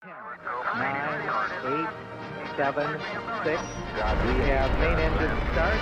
9, 8, 7, 6. We have main engine start.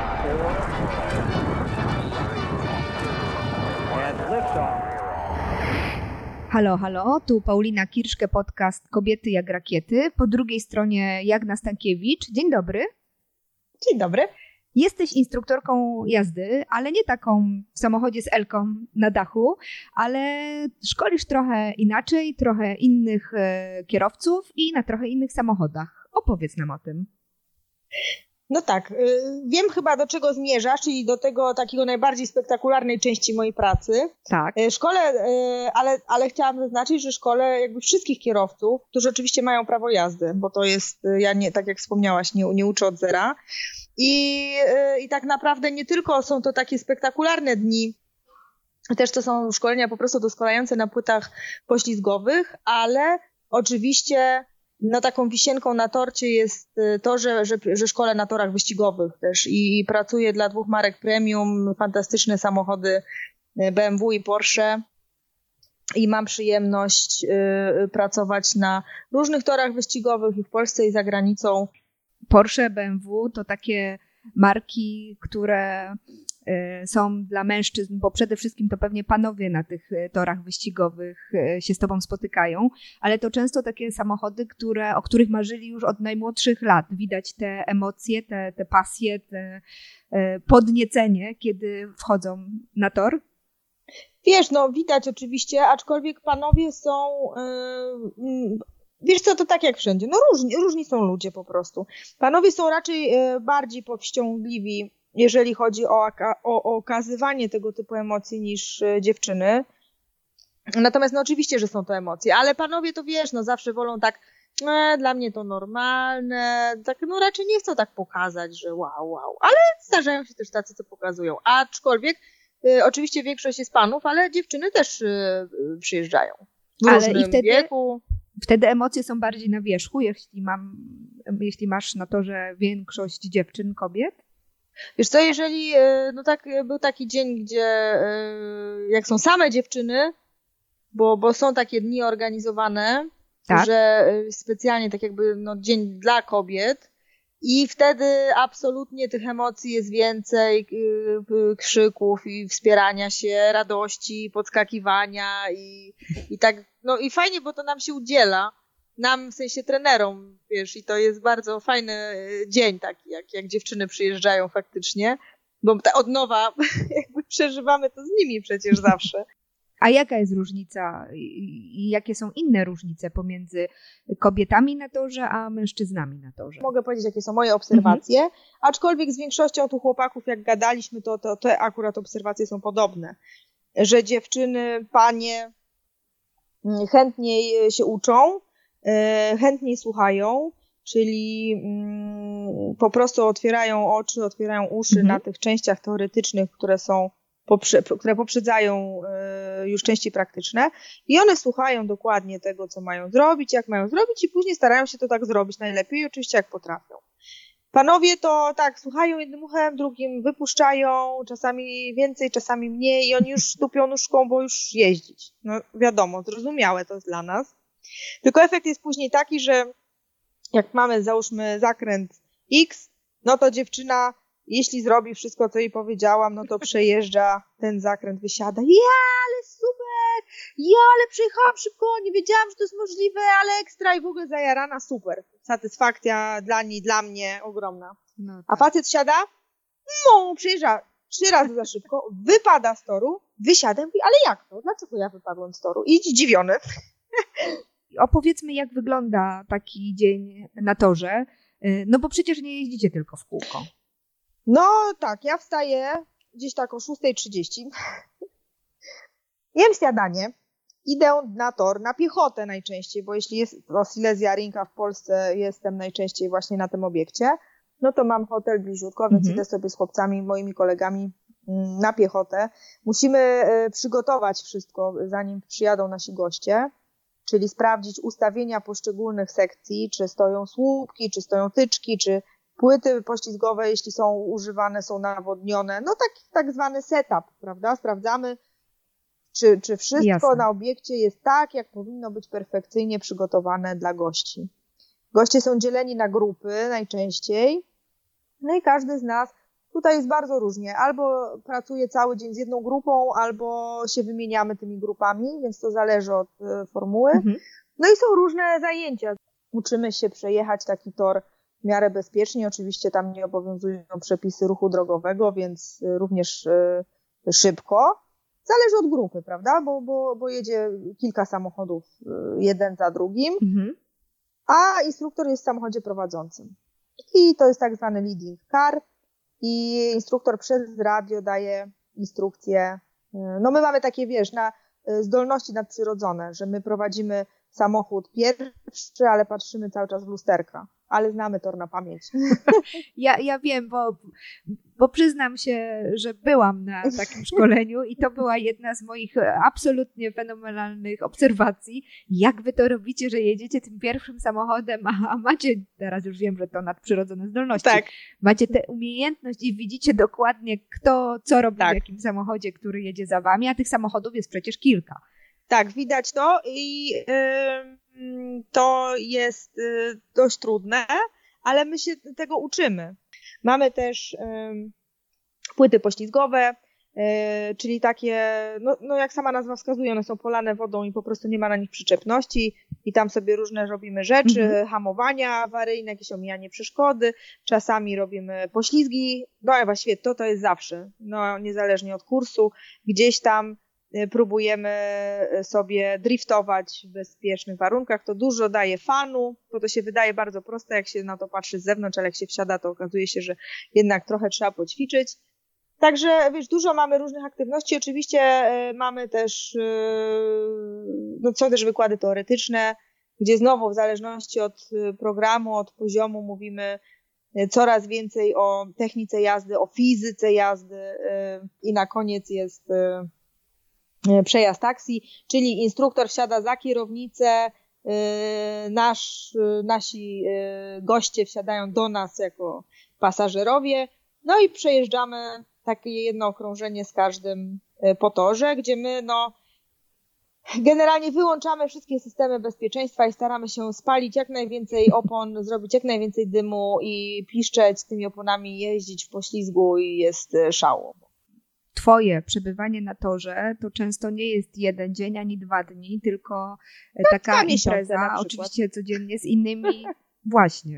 4. And liftoff. Halo, halo, tu Paulina Kirszke, podcast Kobiety jak rakiety. Po drugiej stronie Jagna Stankiewicz. Dzień dobry. Dzień dobry. Jesteś instruktorką jazdy, ale nie taką w samochodzie z Elką na dachu, ale szkolisz trochę inaczej, trochę innych kierowców i na trochę innych samochodach. Opowiedz nam o tym. No tak, wiem chyba do czego zmierzasz, czyli do tego takiego najbardziej spektakularnej części mojej pracy. Tak. Szkole, ale chciałam zaznaczyć, że szkole jakby wszystkich kierowców, którzy oczywiście mają prawo jazdy, bo to jest, ja nie, tak jak wspomniałaś, nie uczę od zera. I tak naprawdę nie tylko są to takie spektakularne dni, też to są szkolenia po prostu doskonające na płytach poślizgowych, ale oczywiście no taką wisienką na torcie jest to, że szkolę na torach wyścigowych też i pracuję dla 2 marek premium, fantastyczne samochody BMW i Porsche i mam przyjemność pracować na różnych torach wyścigowych i w Polsce i za granicą. Porsche, BMW to takie marki, które są dla mężczyzn, bo przede wszystkim to pewnie panowie na tych torach wyścigowych się z tobą spotykają, ale to często takie samochody, o których marzyli już od najmłodszych lat. Widać te emocje, te pasje, te podniecenie, kiedy wchodzą na tor. Wiesz, no widać oczywiście, aczkolwiek panowie są... Wiesz co, to tak jak wszędzie. No różni są ludzie po prostu. Panowie są raczej bardziej powściągliwi, jeżeli chodzi o okazywanie tego typu emocji niż dziewczyny. Natomiast no oczywiście, że są to emocje, ale panowie to wiesz, no zawsze wolą tak, dla mnie to normalne, tak no raczej nie chcą tak pokazać, że wow, ale zdarzają się też tacy, co pokazują. Aczkolwiek oczywiście większość jest panów, ale dziewczyny też przyjeżdżają w różnym wieku. Wtedy emocje są bardziej na wierzchu, jeśli masz na to, że większość dziewczyn, kobiet? Wiesz co, jeżeli no tak, był taki dzień, gdzie jak są same dziewczyny, bo są takie dni organizowane, tak, że specjalnie tak jakby no, dzień dla kobiet i wtedy absolutnie tych emocji jest więcej, krzyków i wspierania się, radości, podskakiwania i tak, no i fajnie, bo to nam się udziela, nam w sensie trenerom, wiesz, i to jest bardzo fajny dzień taki, jak dziewczyny przyjeżdżają faktycznie, bo od nowa jakby przeżywamy to z nimi przecież zawsze. A jaka jest różnica i jakie są inne różnice pomiędzy kobietami na torze, a mężczyznami na torze? Mogę powiedzieć, jakie są moje obserwacje, aczkolwiek z większością tu chłopaków, jak gadaliśmy, to te akurat obserwacje są podobne, że dziewczyny, panie chętniej się uczą, chętniej słuchają, czyli po prostu otwierają oczy, otwierają uszy na tych częściach teoretycznych, które poprzedzają już części praktyczne i one słuchają dokładnie tego, co mają zrobić, jak mają zrobić i później starają się to tak zrobić najlepiej, oczywiście jak potrafią. Panowie to tak, słuchają jednym uchem, drugim wypuszczają, czasami więcej, czasami mniej i oni już tupią nóżką, bo już jeździć. No wiadomo, zrozumiałe to jest dla nas. Tylko efekt jest później taki, że jak mamy, załóżmy, zakręt X, no to dziewczyna, jeśli zrobi wszystko, co jej powiedziałam, no to przejeżdża ten zakręt, wysiada. Ale super! Ale przejechałam szybko, nie wiedziałam, że to jest możliwe, ale ekstra i w ogóle zajarana, super. Satysfakcja dla niej, dla mnie ogromna. No tak. A facet siada, przejeżdża 3 razy za szybko, wypada z toru, wysiada i mówi, ale jak to? Dlaczego ja wypadłem z toru? I zdziwiony. Opowiedzmy, jak wygląda taki dzień na torze, no bo przecież nie jeździcie tylko w kółko. No tak, ja wstaję gdzieś tak o 6:30, jem śniadanie, idę na tor, na piechotę najczęściej, bo jeśli jest Silesia Rinka w Polsce, jestem najczęściej właśnie na tym obiekcie, no to mam hotel bliziutko, więc idę sobie z chłopcami, moimi kolegami na piechotę. Musimy przygotować wszystko, zanim przyjadą nasi goście, czyli sprawdzić ustawienia poszczególnych sekcji, czy stoją słupki, czy stoją tyczki, czy płyty poślizgowe, jeśli są używane, są nawodnione. No taki tak zwany setup, prawda? Sprawdzamy, czy wszystko Jasne. na obiekcie jest tak, jak powinno być perfekcyjnie przygotowane dla gości. Goście są dzieleni na grupy najczęściej, no i każdy z nas tutaj jest bardzo różnie. Albo pracuje cały dzień z jedną grupą, albo się wymieniamy tymi grupami, więc to zależy od formuły. No i są różne zajęcia. Uczymy się przejechać taki tor w miarę bezpiecznie. Oczywiście tam nie obowiązują przepisy ruchu drogowego, więc również szybko. Zależy od grupy, prawda? Bo jedzie kilka samochodów jeden za drugim, a instruktor jest w samochodzie prowadzącym. I to jest tak zwany leading car i instruktor przez radio daje instrukcje. No my mamy takie, na zdolności nadprzyrodzone, że my prowadzimy samochód pierwszy, ale patrzymy cały czas w lusterka. Ale znamy tor na pamięć. Ja wiem, bo przyznam się, że byłam na takim szkoleniu i to była jedna z moich absolutnie fenomenalnych obserwacji. Jak wy to robicie, że jedziecie tym pierwszym samochodem, a macie, teraz już wiem, że to nadprzyrodzone zdolności, tak. Macie tę umiejętność i widzicie dokładnie kto co robi w jakim samochodzie, który jedzie za wami, a tych samochodów jest przecież kilka. Tak, widać to i to jest dość trudne, ale my się tego uczymy. Mamy też płyty poślizgowe, czyli takie, no jak sama nazwa wskazuje, one są polane wodą i po prostu nie ma na nich przyczepności i tam sobie różne robimy rzeczy, hamowania awaryjne, jakieś omijanie przeszkody, czasami robimy poślizgi, no a właściwie to jest zawsze, no niezależnie od kursu, gdzieś tam próbujemy sobie driftować w bezpiecznych warunkach. To dużo daje fanu, bo to się wydaje bardzo proste, jak się na to patrzy z zewnątrz, ale jak się wsiada, to okazuje się, że jednak trochę trzeba poćwiczyć. Także dużo mamy różnych aktywności. Oczywiście mamy też, są też wykłady teoretyczne, gdzie znowu w zależności od programu, od poziomu mówimy coraz więcej o technice jazdy, o fizyce jazdy i na koniec jest przejazd taksi, czyli instruktor wsiada za kierownicę, nasi goście wsiadają do nas jako pasażerowie, no i przejeżdżamy takie jedno okrążenie z każdym po torze, gdzie my generalnie wyłączamy wszystkie systemy bezpieczeństwa i staramy się spalić jak najwięcej opon, zrobić jak najwięcej dymu i piszczeć tymi oponami, jeździć w poślizgu i jest szał. Twoje przebywanie na torze to często nie jest 1 dzień ani 2 dni, tylko taka impreza, oczywiście codziennie z innymi. Właśnie.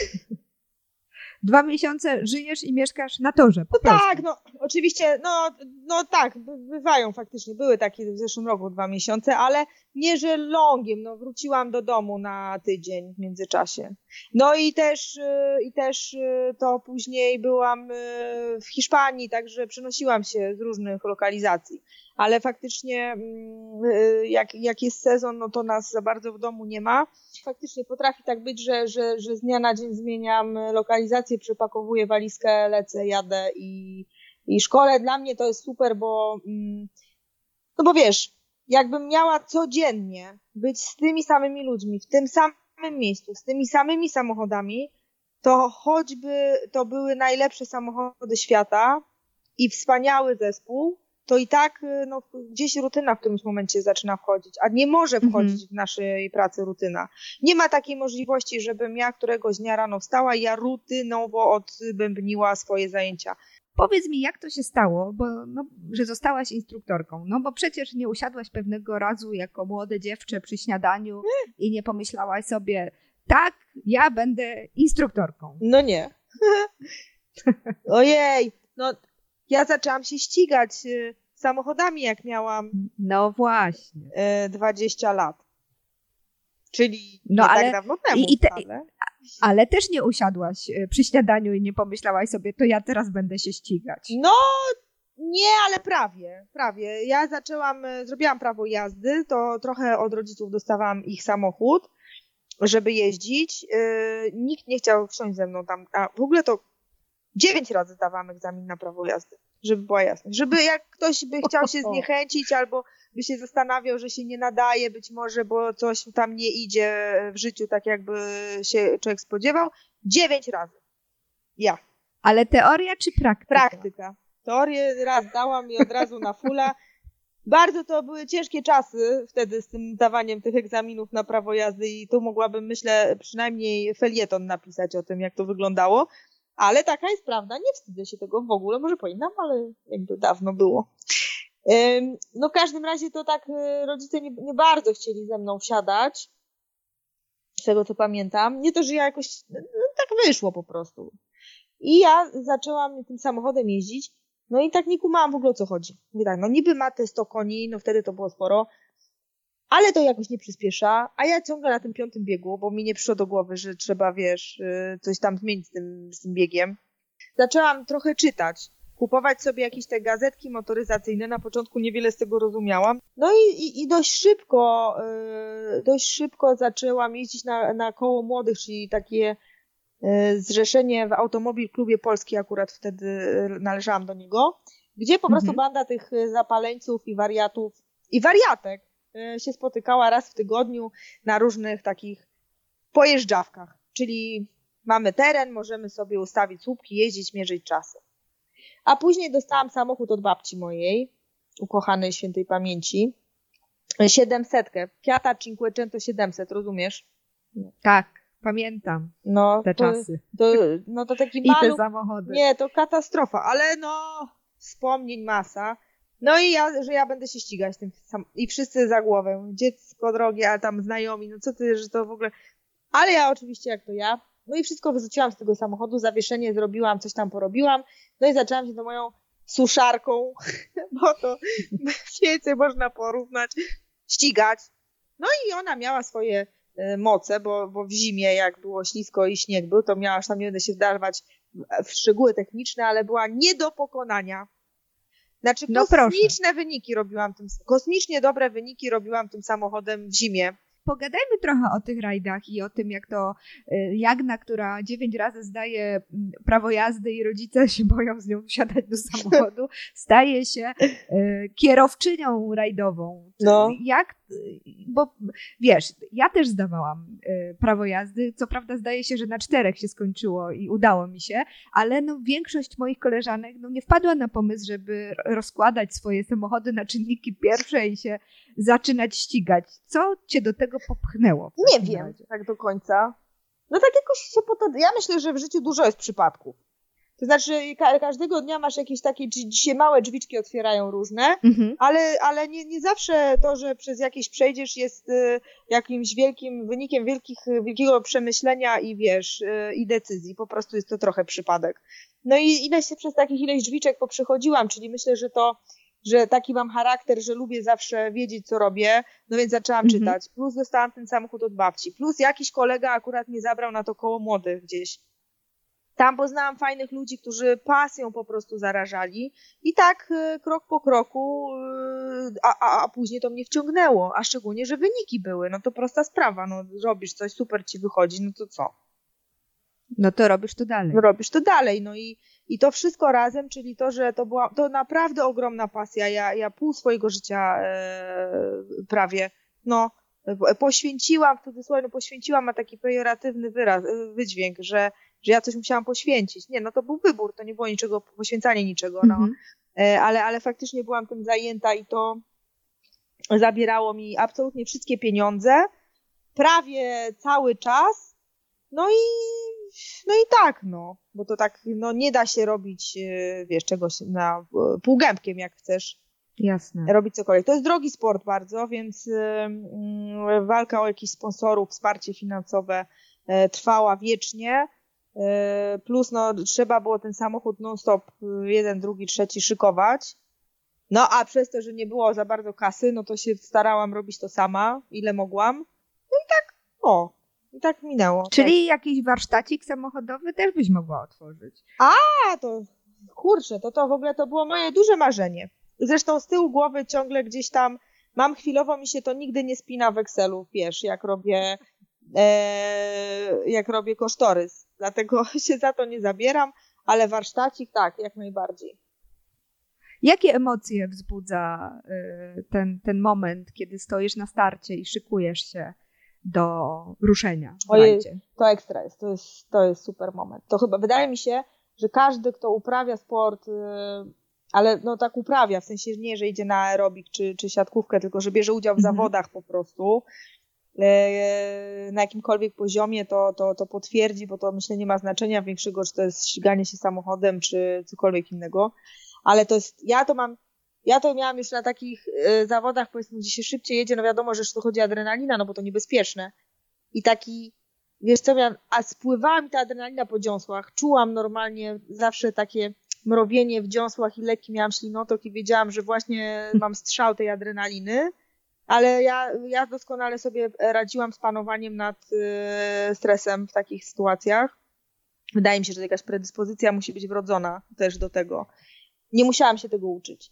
2 miesiące żyjesz i mieszkasz na torze, po prostu. Tak, oczywiście, tak, bywają faktycznie, były takie w zeszłym roku 2 miesiące, ale nie żelongiem, wróciłam do domu na tydzień w międzyczasie. No i też to później byłam w Hiszpanii, także przenosiłam się z różnych lokalizacji, ale faktycznie jak jest sezon, to nas za bardzo w domu nie ma. Faktycznie potrafi tak być, że z dnia na dzień zmieniam lokalizację, przepakowuję walizkę, lecę, jadę i szkolę. Dla mnie to jest super, bo wiesz, jakbym miała codziennie być z tymi samymi ludźmi, w tym samym miejscu, z tymi samymi samochodami, to choćby to były najlepsze samochody świata i wspaniały zespół, to i tak gdzieś rutyna w którymś momencie zaczyna wchodzić, a nie może wchodzić w naszej pracy rutyna. Nie ma takiej możliwości, żebym ja któregoś dnia rano wstała i ja rutynowo odbębniła swoje zajęcia. Powiedz mi, jak to się stało, że zostałaś instruktorką? Bo przecież nie usiadłaś pewnego razu jako młode dziewczę przy śniadaniu i nie pomyślałaś sobie, tak, ja będę instruktorką. No nie. Ojej, ja zaczęłam się ścigać samochodami, jak miałam 20 lat. Czyli tak dawno temu. Ale też nie usiadłaś przy śniadaniu i nie pomyślałaś sobie, to ja teraz będę się ścigać. Nie, ale prawie. Ja zrobiłam prawo jazdy, to trochę od rodziców dostawałam ich samochód, żeby jeździć. Nikt nie chciał wsiąść ze mną tam, a w ogóle to 9 razy zdawałam egzamin na prawo jazdy, żeby była jasność. Żeby jak ktoś by chciał się zniechęcić albo by się zastanawiał, że się nie nadaje być może, bo coś tam nie idzie w życiu tak, jakby się człowiek spodziewał. 9 razy. Ja. Ale teoria czy praktyka? Praktyka. Teorię raz dałam i od razu na fulla. Bardzo to były ciężkie czasy wtedy z tym dawaniem tych egzaminów na prawo jazdy i tu mogłabym, myślę, przynajmniej felieton napisać o tym, jak to wyglądało. Ale taka jest prawda, nie wstydzę się tego w ogóle, może powinnam, ale jakby dawno było. No w każdym razie to tak rodzice nie bardzo chcieli ze mną wsiadać, z tego co pamiętam. Nie to, że ja jakoś, tak wyszło po prostu. I ja zaczęłam tym samochodem jeździć, no i tak nie kumałam w ogóle o co chodzi. Mówię tak, no niby ma te 100 koni, no wtedy to było sporo, ale to jakoś nie przyspiesza, a ja ciągle na tym 5. biegu, bo mi nie przyszło do głowy, że trzeba, wiesz, coś tam zmienić z tym biegiem. Zaczęłam trochę czytać, kupować sobie jakieś te gazetki motoryzacyjne, na początku niewiele z tego rozumiałam. No i dość szybko zaczęłam jeździć na koło młodych, czyli takie zrzeszenie w Automobil Klubie Polski, akurat wtedy należałam do niego, gdzie po prostu banda tych zapaleńców i wariatów i wariatek się spotykała raz w tygodniu na różnych takich pojeżdżawkach, czyli mamy teren, możemy sobie ustawić słupki, jeździć, mierzyć czasy. A później dostałam samochód od babci mojej, ukochanej świętej pamięci, 700, Fiata Cinquecento 700, rozumiesz? Tak, pamiętam te czasy. No to taki I te samochody. Nie, to katastrofa, ale no wspomnień masa. No i ja będę się ścigać tym i wszyscy za głowę. Dziecko drogie, a tam znajomi, no co ty, że to w ogóle... Ale ja oczywiście jak to ja. No i wszystko wyrzuciłam z tego samochodu, zawieszenie zrobiłam, coś tam porobiłam. No i zaczęłam się tą moją suszarką, bo to więcej można porównać, ścigać. No i ona miała swoje moce, bo w zimie, jak było ślisko i śnieg był, to miała, aż tam nie będę się wdawać w szczegóły techniczne, ale była nie do pokonania. Znaczy kosmicznie dobre wyniki robiłam tym samochodem w zimie. Pogadajmy trochę o tych rajdach i o tym, jak to Jagna, która 9 razy zdaje prawo jazdy i rodzice się boją z nią wsiadać do samochodu, staje się kierowczynią rajdową. No. Bo wiesz, ja też zdawałam prawo jazdy, co prawda zdaje się, że na 4 się skończyło i udało mi się, ale no większość moich koleżanek nie wpadła na pomysł, żeby rozkładać swoje samochody na czynniki pierwsze i się zaczynać ścigać. Co cię do tego popchnęło? Nie wiem tak do końca. No tak jakoś się ja myślę, że w życiu dużo jest przypadków. To znaczy każdego dnia masz jakieś takie, dzisiaj małe drzwiczki otwierają różne, ale nie zawsze to, że przez jakieś przejdziesz jest jakimś wielkim wynikiem wielkiego przemyślenia i wiesz, i decyzji. Po prostu jest to trochę przypadek. No i przez takich ileś drzwiczek poprzechodziłam, czyli myślę, że taki mam charakter, że lubię zawsze wiedzieć, co robię, no więc zaczęłam czytać. Plus dostałam ten samochód od babci. Plus jakiś kolega akurat mnie zabrał na to koło młodych gdzieś. Tam poznałam fajnych ludzi, którzy pasją po prostu zarażali i tak krok po kroku, a później to mnie wciągnęło, a szczególnie, że wyniki były, no to prosta sprawa, no robisz coś, super ci wychodzi, no to co? No to robisz to dalej. Robisz to dalej, no i to wszystko razem, czyli to, że to naprawdę ogromna pasja, ja pół swojego życia prawie, poświęciłam, w cudzysłowie, poświęciłam, ma taki pejoratywny wydźwięk, że ja coś musiałam poświęcić. Nie, no to był wybór, to nie było niczego, poświęcanie niczego, ale faktycznie byłam tym zajęta i to zabierało mi absolutnie wszystkie pieniądze, prawie cały czas, no i tak, bo to tak, nie da się robić, wiesz, czegoś na półgębkiem, jak chcesz. Jasne. Robić cokolwiek. To jest drogi sport bardzo, więc walka o jakichś sponsorów, wsparcie finansowe trwała wiecznie. Plus trzeba było ten samochód non-stop 1, 2, 3 szykować. No a przez to, że nie było za bardzo kasy, no to się starałam robić to sama, ile mogłam. No i tak minęło. Czyli jakiś warsztacik samochodowy też byś mogła otworzyć. To kurczę, to w ogóle to było moje duże marzenie. Zresztą z tyłu głowy ciągle gdzieś tam mam chwilowo, mi się to nigdy nie spina w Excelu, wiesz, jak robię kosztorys. Dlatego się za to nie zabieram, ale warsztacik tak, jak najbardziej. Jakie emocje wzbudza ten moment, kiedy stoisz na starcie i szykujesz się do ruszenia w rajdzie? To ekstra jest, to jest super moment. To chyba wydaje mi się, że każdy, kto uprawia sport ale no tak uprawia, w sensie nie, że idzie na aerobik czy siatkówkę, tylko że bierze udział w zawodach po prostu na jakimkolwiek poziomie, to potwierdzi, bo to myślę nie ma znaczenia większego, czy to jest ściganie się samochodem, czy cokolwiek innego, ale to jest, ja to miałam już na takich zawodach, powiedzmy, gdzie się szybciej jedzie, no wiadomo, że tu chodzi adrenalina, no bo to niebezpieczne i taki, wiesz co, spływała mi ta adrenalina po dziąsłach, czułam normalnie zawsze takie mrowienie w dziąsłach i lekki miałam ślinotok i wiedziałam, że właśnie mam strzał tej adrenaliny, ale ja doskonale sobie radziłam z panowaniem nad stresem w takich sytuacjach. Wydaje mi się, że jakaś predyspozycja musi być wrodzona też do tego. Nie musiałam się tego uczyć.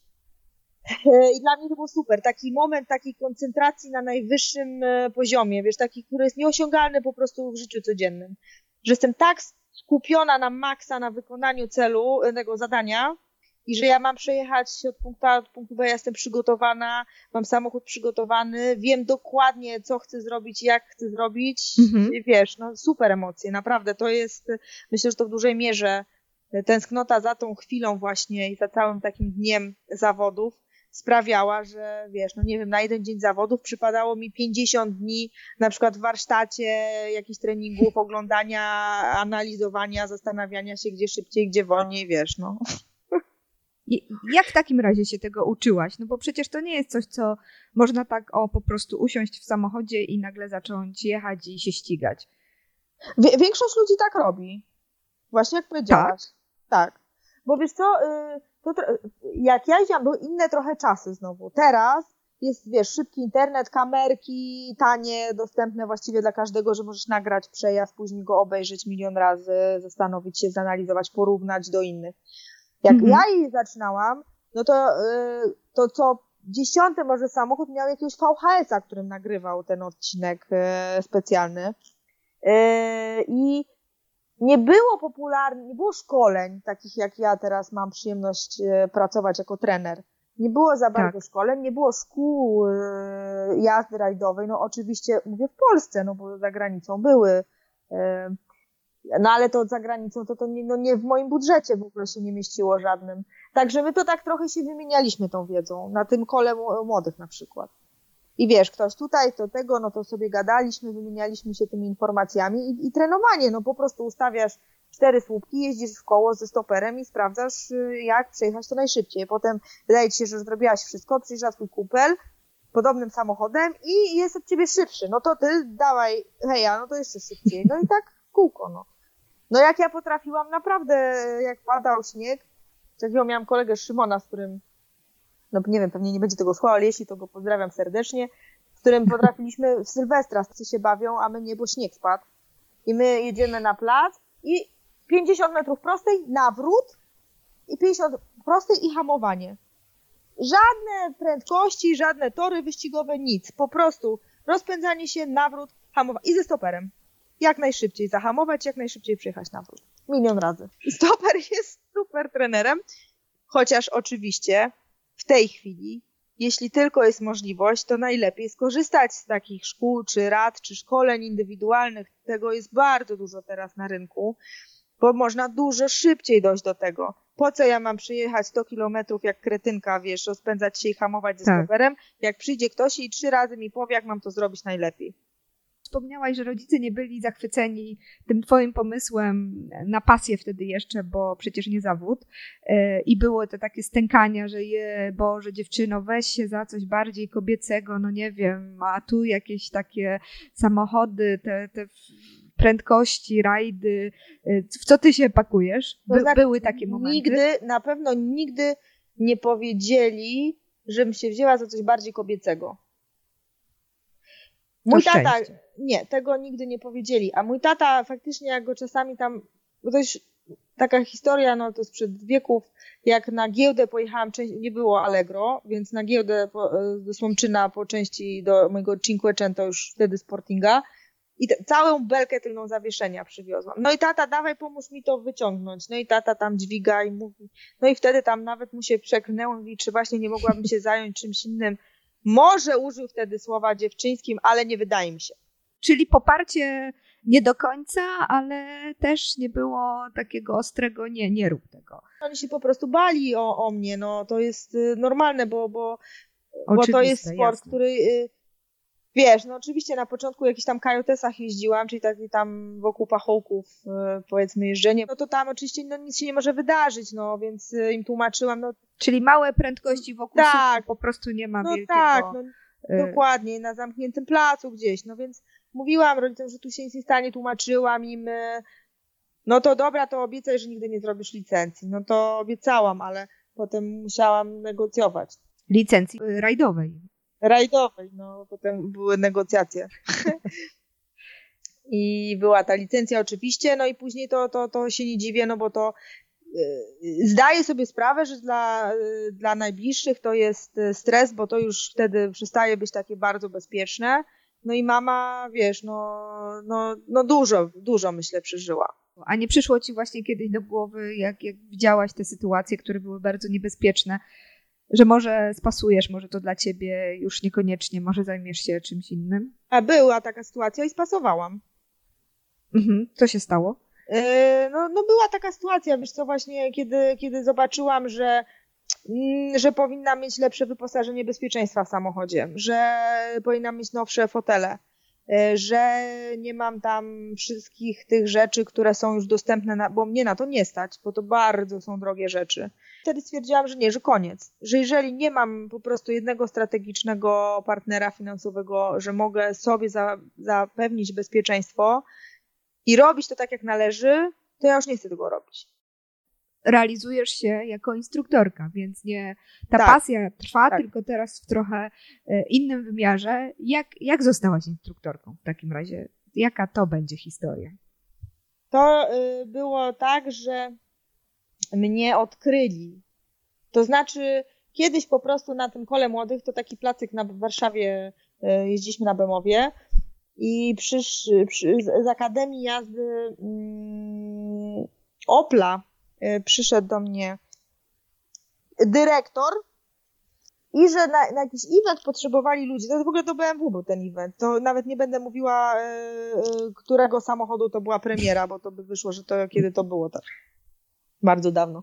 I dla mnie to było super. Taki moment takiej koncentracji na najwyższym poziomie, wiesz, taki, który jest nieosiągalny po prostu w życiu codziennym. Że jestem tak skupiona na maksa, na wykonaniu celu, tego zadania i że ja mam przejechać od punktu A do punktu B, ja jestem przygotowana, mam samochód przygotowany, wiem dokładnie, co chcę zrobić, jak chcę zrobić. Wiesz, no super emocje, naprawdę. To jest, myślę, że to w dużej mierze tęsknota za tą chwilą właśnie i za całym takim dniem zawodów sprawiała, że wiesz, no nie wiem, na jeden dzień zawodów przypadało mi 50 dni na przykład w warsztacie, jakichś treningów, oglądania, analizowania, zastanawiania się, gdzie szybciej, gdzie wolniej, wiesz, no. I jak w takim razie się tego uczyłaś? No bo przecież to nie jest coś, co można tak po prostu usiąść w samochodzie i nagle zacząć jechać i się ścigać. Większość ludzi tak robi. Właśnie jak powiedziałaś. Tak. Bo wiesz co, jak ja jeździłam, były inne trochę czasy znowu. Teraz jest, wiesz, szybki internet, kamerki, tanie, dostępne właściwie dla każdego, że możesz nagrać przejazd, później go obejrzeć milion razy, zastanowić się, zanalizować, porównać do innych. Jak ja jej zaczynałam, no to co 10. może samochód miał jakiegoś VHS-a, którym nagrywał ten odcinek specjalny. I nie było popularnych, nie było szkoleń takich jak ja teraz mam przyjemność pracować jako trener. Nie było za bardzo szkoleń, nie było szkół jazdy rajdowej. No oczywiście mówię w Polsce, no bo za granicą były. No ale to za granicą to nie w moim budżecie w ogóle się nie mieściło żadnym. Także my to tak trochę się wymienialiśmy tą wiedzą, na tym kole młodych na przykład. I wiesz, ktoś tutaj, to tego, no to sobie gadaliśmy, wymienialiśmy się tymi informacjami i trenowanie, no po prostu ustawiasz 4 słupki, jeździsz w koło ze stoperem i sprawdzasz, jak przejechać to najszybciej. Potem wydaje ci się, że zrobiłaś wszystko, przyjeżdża twój kupel podobnym samochodem i jest od ciebie szybszy. No to ty dawaj, heja, no to jeszcze szybciej. No i tak w kółko, no. No jak ja potrafiłam naprawdę, jak padał śnieg, takiego miałam kolegę Szymona, z którym, no nie wiem, pewnie nie będzie tego słuchał, ale jeśli to go pozdrawiam serdecznie, z którym potrafiliśmy w Sylwestra, wszyscy się bawią, a my nie, bo śnieg spadł. I my jedziemy na plac i 50 metrów prostej, nawrót i 50 prostej i hamowanie. Żadne prędkości, żadne tory wyścigowe, nic. Po prostu rozpędzanie się, nawrót, hamowanie i ze stoperem. Jak najszybciej zahamować, jak najszybciej przyjechać nawrót. 1 000 000 razy. I stoper jest super trenerem, chociaż oczywiście w tej chwili, jeśli tylko jest możliwość, to najlepiej skorzystać z takich szkół, czy rad, czy szkoleń indywidualnych. Tego jest bardzo dużo teraz na rynku, bo można dużo szybciej dojść do tego. Po co ja mam przyjechać 100 kilometrów jak kretynka, wiesz, rozpędzać się i hamować ze stoperem, jak przyjdzie ktoś i 3 razy mi powie, jak mam to zrobić najlepiej. Wspomniałaś, że rodzice nie byli zachwyceni tym twoim pomysłem na pasję wtedy jeszcze, bo przecież nie zawód. I było to takie stękania, że Boże dziewczyno, weź się za coś bardziej kobiecego, no nie wiem, a tu jakieś takie samochody, te prędkości, rajdy. W co ty się pakujesz? Były takie momenty? Na pewno nigdy nie powiedzieli, żebym się wzięła za coś bardziej kobiecego. Mój tata, nie, tego nigdy nie powiedzieli, a mój tata faktycznie jak go czasami tam, bo to jest taka historia, no to sprzed wieków, jak na giełdę pojechałam, nie było Allegro, więc na giełdę do Słomczyna po części do mojego Cinquecento już wtedy Sportinga i całą belkę tylną zawieszenia przywiozłam. No i tata, dawaj pomóż mi to wyciągnąć. No i tata tam dźwiga i mówi, no i wtedy tam nawet mu się przeklnęło, mówi, czy właśnie nie mogłabym się zająć czymś innym. Może użył wtedy słowa dziewczyńskim, ale nie wydaje mi się. Czyli poparcie nie do końca, ale też nie było takiego ostrego nie rób tego. Oni się po prostu bali o mnie, no to jest normalne, bo to jest sport, jasne. który wiesz, no oczywiście na początku jakichś tam kajotesach jeździłam, czyli taki tam wokół pachołków powiedzmy jeżdżenie, no to tam oczywiście nic się nie może wydarzyć, no więc im tłumaczyłam, no. Czyli małe prędkości wokół tak, po prostu nie ma no wielkiego... Tak, no dokładnie, na zamkniętym placu gdzieś, no więc mówiłam rodzicom, że tu się nic nie stanie, tłumaczyłam im, no to dobra, to obiecaj, że nigdy nie zrobisz licencji. No to obiecałam, ale potem musiałam negocjować. Licencji rajdowej. Rajdowej, no potem były negocjacje. I była ta licencja oczywiście, no i później to się nie dziwię, no bo to zdaję sobie sprawę, że dla najbliższych to jest stres, bo to już wtedy przestaje być takie bardzo bezpieczne. No i mama, wiesz, no dużo myślę przeżyła. A nie przyszło ci właśnie kiedyś do głowy, jak widziałaś te sytuacje, które były bardzo niebezpieczne, że może spasujesz, może to dla ciebie już niekoniecznie, może zajmiesz się czymś innym? A była taka sytuacja i spasowałam. Co się stało? No była taka sytuacja, wiesz co, właśnie kiedy zobaczyłam, że powinnam mieć lepsze wyposażenie bezpieczeństwa w samochodzie, że powinnam mieć nowsze fotele, że nie mam tam wszystkich tych rzeczy, które są już dostępne, bo mnie na to nie stać, bo to bardzo są drogie rzeczy. Wtedy stwierdziłam, że nie, że koniec, że jeżeli nie mam po prostu jednego strategicznego partnera finansowego, że mogę sobie zapewnić bezpieczeństwo i robić to tak jak należy, to ja już nie chcę tego robić. Realizujesz się jako instruktorka, więc ta pasja trwa, tylko teraz w trochę innym wymiarze. Jak zostałaś instruktorką w takim razie? Jaka to będzie historia? To było tak, że mnie odkryli. To znaczy kiedyś po prostu na tym Kole Młodych, to taki placyk w Warszawie, jeździliśmy na Bemowie i z Akademii Jazdy Opla przyszedł do mnie dyrektor i że na jakiś event potrzebowali ludzi. To w ogóle do BMW był ten event. To nawet nie będę mówiła, którego samochodu to była premiera, bo to by wyszło, że kiedy to było, tak bardzo dawno.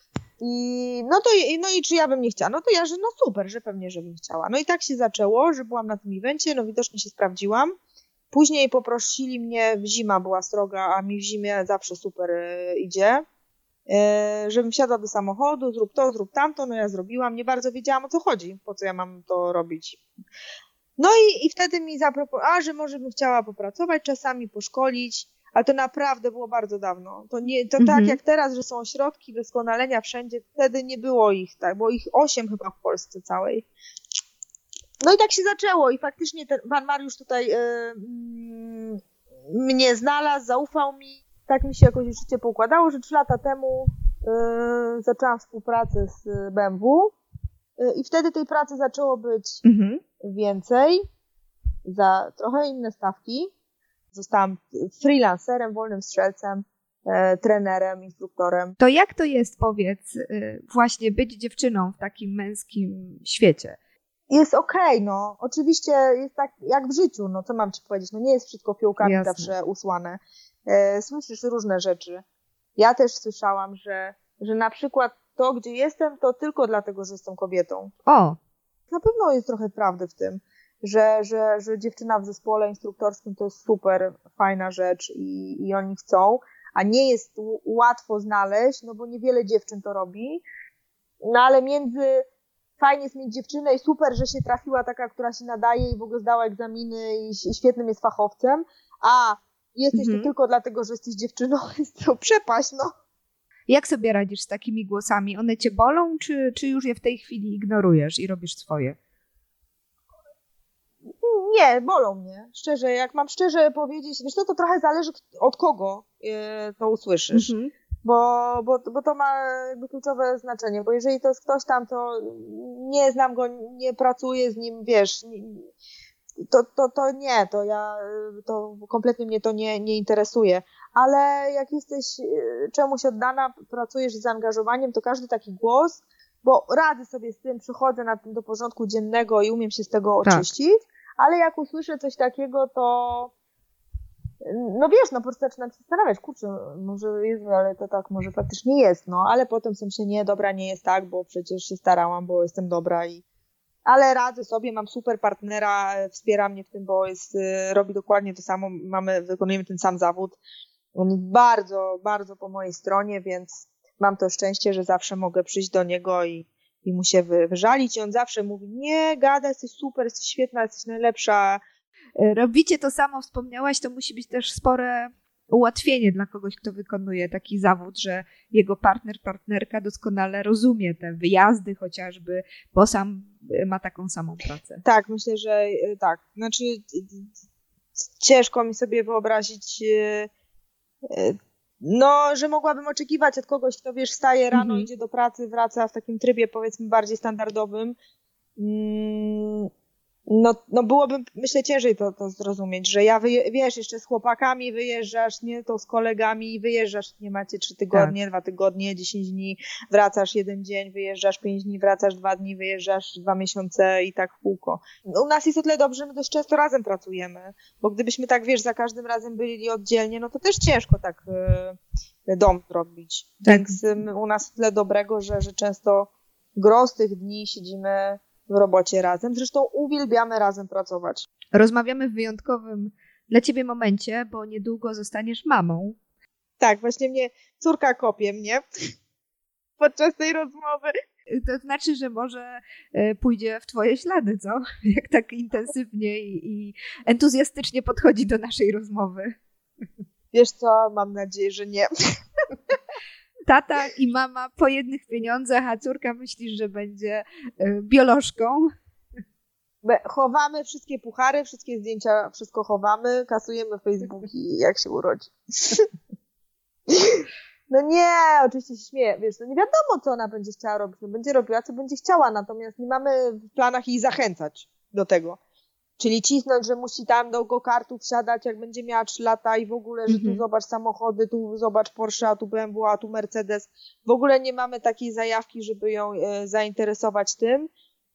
I czy ja bym nie chciała? No to ja, że no super, że pewnie, że bym chciała. No i tak się zaczęło, że byłam na tym evencie, no widocznie się sprawdziłam. Później poprosili mnie, zima była sroga, a mi w zimie zawsze super idzie, żebym wsiadła do samochodu, zrób to, zrób tamto, no ja zrobiłam, nie bardzo wiedziałam o co chodzi, po co ja mam to robić. No i wtedy mi zaproponowała, że może bym chciała popracować czasami, poszkolić, ale to naprawdę było bardzo dawno. Tak jak teraz, że są ośrodki doskonalenia wszędzie, wtedy nie było ich, tak, było ich 8 chyba w Polsce całej. No i tak się zaczęło i faktycznie pan Mariusz tutaj mnie znalazł, zaufał mi. Tak mi się jakoś życie poukładało, że 3 lata temu zaczęłam współpracę z BMW i wtedy tej pracy zaczęło być więcej, za trochę inne stawki. Zostałam freelancerem, wolnym strzelcem, trenerem, instruktorem. To jak to jest, powiedz, właśnie być dziewczyną w takim męskim świecie? Jest okej, no. Oczywiście jest tak jak w życiu, no co mam ci powiedzieć, no nie jest wszystko fiołkami zawsze usłane. Słyszysz różne rzeczy. Ja też słyszałam, że na przykład to, gdzie jestem, to tylko dlatego, że jestem kobietą. O! Na pewno jest trochę prawdy w tym, że dziewczyna w zespole instruktorskim to jest super fajna rzecz i oni chcą, a nie jest łatwo znaleźć, no bo niewiele dziewczyn to robi. No ale fajnie jest mieć dziewczynę i super, że się trafiła taka, która się nadaje i w ogóle zdała egzaminy i świetnym jest fachowcem, a jesteś tu tylko dlatego, że jesteś dziewczyną, jest to przepaść, no. Jak sobie radzisz z takimi głosami? One cię bolą, czy już je w tej chwili ignorujesz i robisz swoje? Nie, bolą mnie. Szczerze, jak mam szczerze powiedzieć, wiesz co, to trochę zależy od kogo to usłyszysz. Bo to ma jakby kluczowe znaczenie, bo jeżeli to jest ktoś tam, to nie znam go, nie pracuję z nim, wiesz, to kompletnie mnie to nie interesuje. Ale jak jesteś czemuś oddana, pracujesz z zaangażowaniem, to każdy taki głos, bo radzę sobie z tym, przychodzę do porządku dziennego i umiem się z tego oczyścić, ale jak usłyszę coś takiego, to no wiesz, no po prostu zaczynam się zastanawiać, kurczę, może Jezu, ale to tak może faktycznie jest, no, ale potem sobie myślę, nie, dobra, nie jest tak, bo przecież się starałam, bo jestem dobra ale radzę sobie, mam super partnera, wspiera mnie w tym, bo robi dokładnie to samo, wykonujemy ten sam zawód. On jest bardzo, bardzo po mojej stronie, więc mam to szczęście, że zawsze mogę przyjść do niego i mu się wyżalić i on zawsze mówi, nie, Gada, jesteś super, jesteś świetna, jesteś najlepsza. Robicie to samo, wspomniałaś, to musi być też spore ułatwienie dla kogoś, kto wykonuje taki zawód, że jego partnerka doskonale rozumie te wyjazdy chociażby, bo sam ma taką samą pracę. Tak, myślę, że tak. Znaczy ciężko mi sobie wyobrazić, no, że mogłabym oczekiwać od kogoś, kto wiesz, wstaje rano, idzie do pracy, wraca w takim trybie powiedzmy bardziej standardowym. No byłoby, myślę, ciężej to zrozumieć, że wiesz, jeszcze z chłopakami wyjeżdżasz, nie, to z kolegami wyjeżdżasz, nie macie 3 tygodnie, 2 tygodnie, 10 dni, wracasz 1 dzień, wyjeżdżasz 5 dni, wracasz 2 dni, wyjeżdżasz 2 miesiące i tak w kółko. U nas jest o tyle dobrze, my dość często razem pracujemy, bo gdybyśmy tak, wiesz, za każdym razem byli oddzielnie, no to też ciężko tak dom robić. Tak. Więc u nas o tyle dobrego, że często gros tych dni siedzimy w robocie razem. Zresztą uwielbiamy razem pracować. Rozmawiamy w wyjątkowym dla ciebie momencie, bo niedługo zostaniesz mamą. Tak, właśnie mnie córka kopie mnie podczas tej rozmowy. To znaczy, że może pójdzie w twoje ślady, co? Jak tak intensywnie i entuzjastycznie podchodzi do naszej rozmowy. Wiesz co, mam nadzieję, że nie. Tata i mama po jednych pieniądzach, a córka myślisz, że będzie biolożką? Chowamy wszystkie puchary, wszystkie zdjęcia, wszystko chowamy, kasujemy Facebooki, jak się urodzi. No nie, oczywiście się śmieję, wiesz, no nie wiadomo, co ona będzie chciała robić, no będzie robiła, co będzie chciała, natomiast nie mamy w planach jej zachęcać do tego. Czyli cisnąć, że musi tam do go-kartu wsiadać, jak będzie miała 3 lata i w ogóle, że tu zobacz samochody, tu zobacz Porsche, a tu BMW, a tu Mercedes. W ogóle nie mamy takiej zajawki, żeby ją zainteresować tym,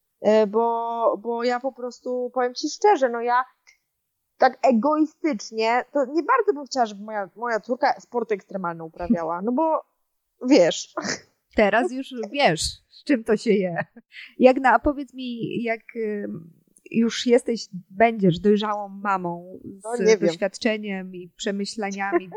bo ja po prostu, powiem ci szczerze, no ja tak egoistycznie, to nie bardzo bym chciała, żeby moja córka sport ekstremalny uprawiała, no bo wiesz. Teraz już wiesz, z czym to się je. A powiedz mi, jak już będziesz dojrzałą mamą z doświadczeniem i przemyśleniami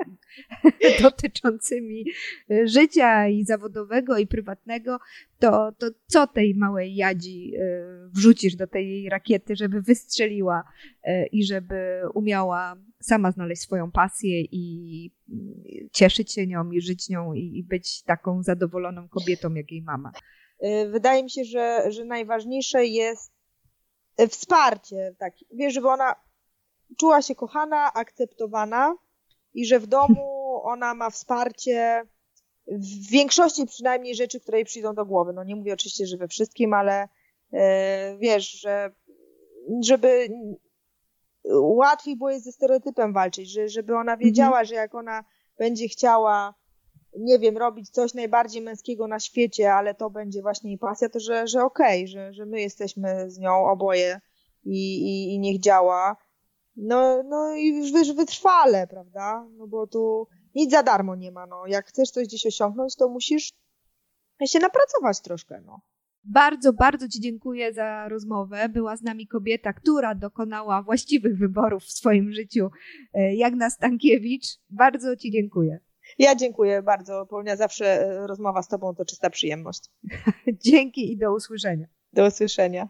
dotyczącymi życia i zawodowego, i prywatnego, to co tej małej Jadzi wrzucisz do tej jej rakiety, żeby wystrzeliła i żeby umiała sama znaleźć swoją pasję i cieszyć się nią i żyć nią i być taką zadowoloną kobietą jak jej mama? Wydaje mi się, że najważniejsze jest wsparcie, tak, wiesz, żeby ona czuła się kochana, akceptowana i że w domu ona ma wsparcie w większości przynajmniej rzeczy, które jej przyjdą do głowy. No nie mówię oczywiście, że we wszystkim, ale wiesz, żeby łatwiej było jej ze stereotypem walczyć, żeby ona wiedziała, że jak ona będzie chciała, nie wiem, robić coś najbardziej męskiego na świecie, ale to będzie właśnie jej pasja, to że okej, że my jesteśmy z nią oboje i niech działa. No i już wytrwale, prawda? No bo tu nic za darmo nie ma, no. Jak chcesz coś gdzieś osiągnąć, to musisz się napracować troszkę, no. Bardzo, bardzo ci dziękuję za rozmowę. Była z nami kobieta, która dokonała właściwych wyborów w swoim życiu, Jagna Stankiewicz. Bardzo ci dziękuję. Ja dziękuję bardzo, Paulina. Zawsze rozmowa z tobą to czysta przyjemność. Dzięki i do usłyszenia. Do usłyszenia.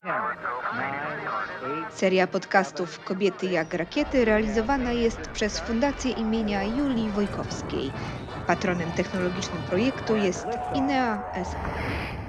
Seria podcastów Kobiety jak rakiety realizowana jest przez Fundację imienia Julii Wojkowskiej. Patronem technologicznym projektu jest INEA SA.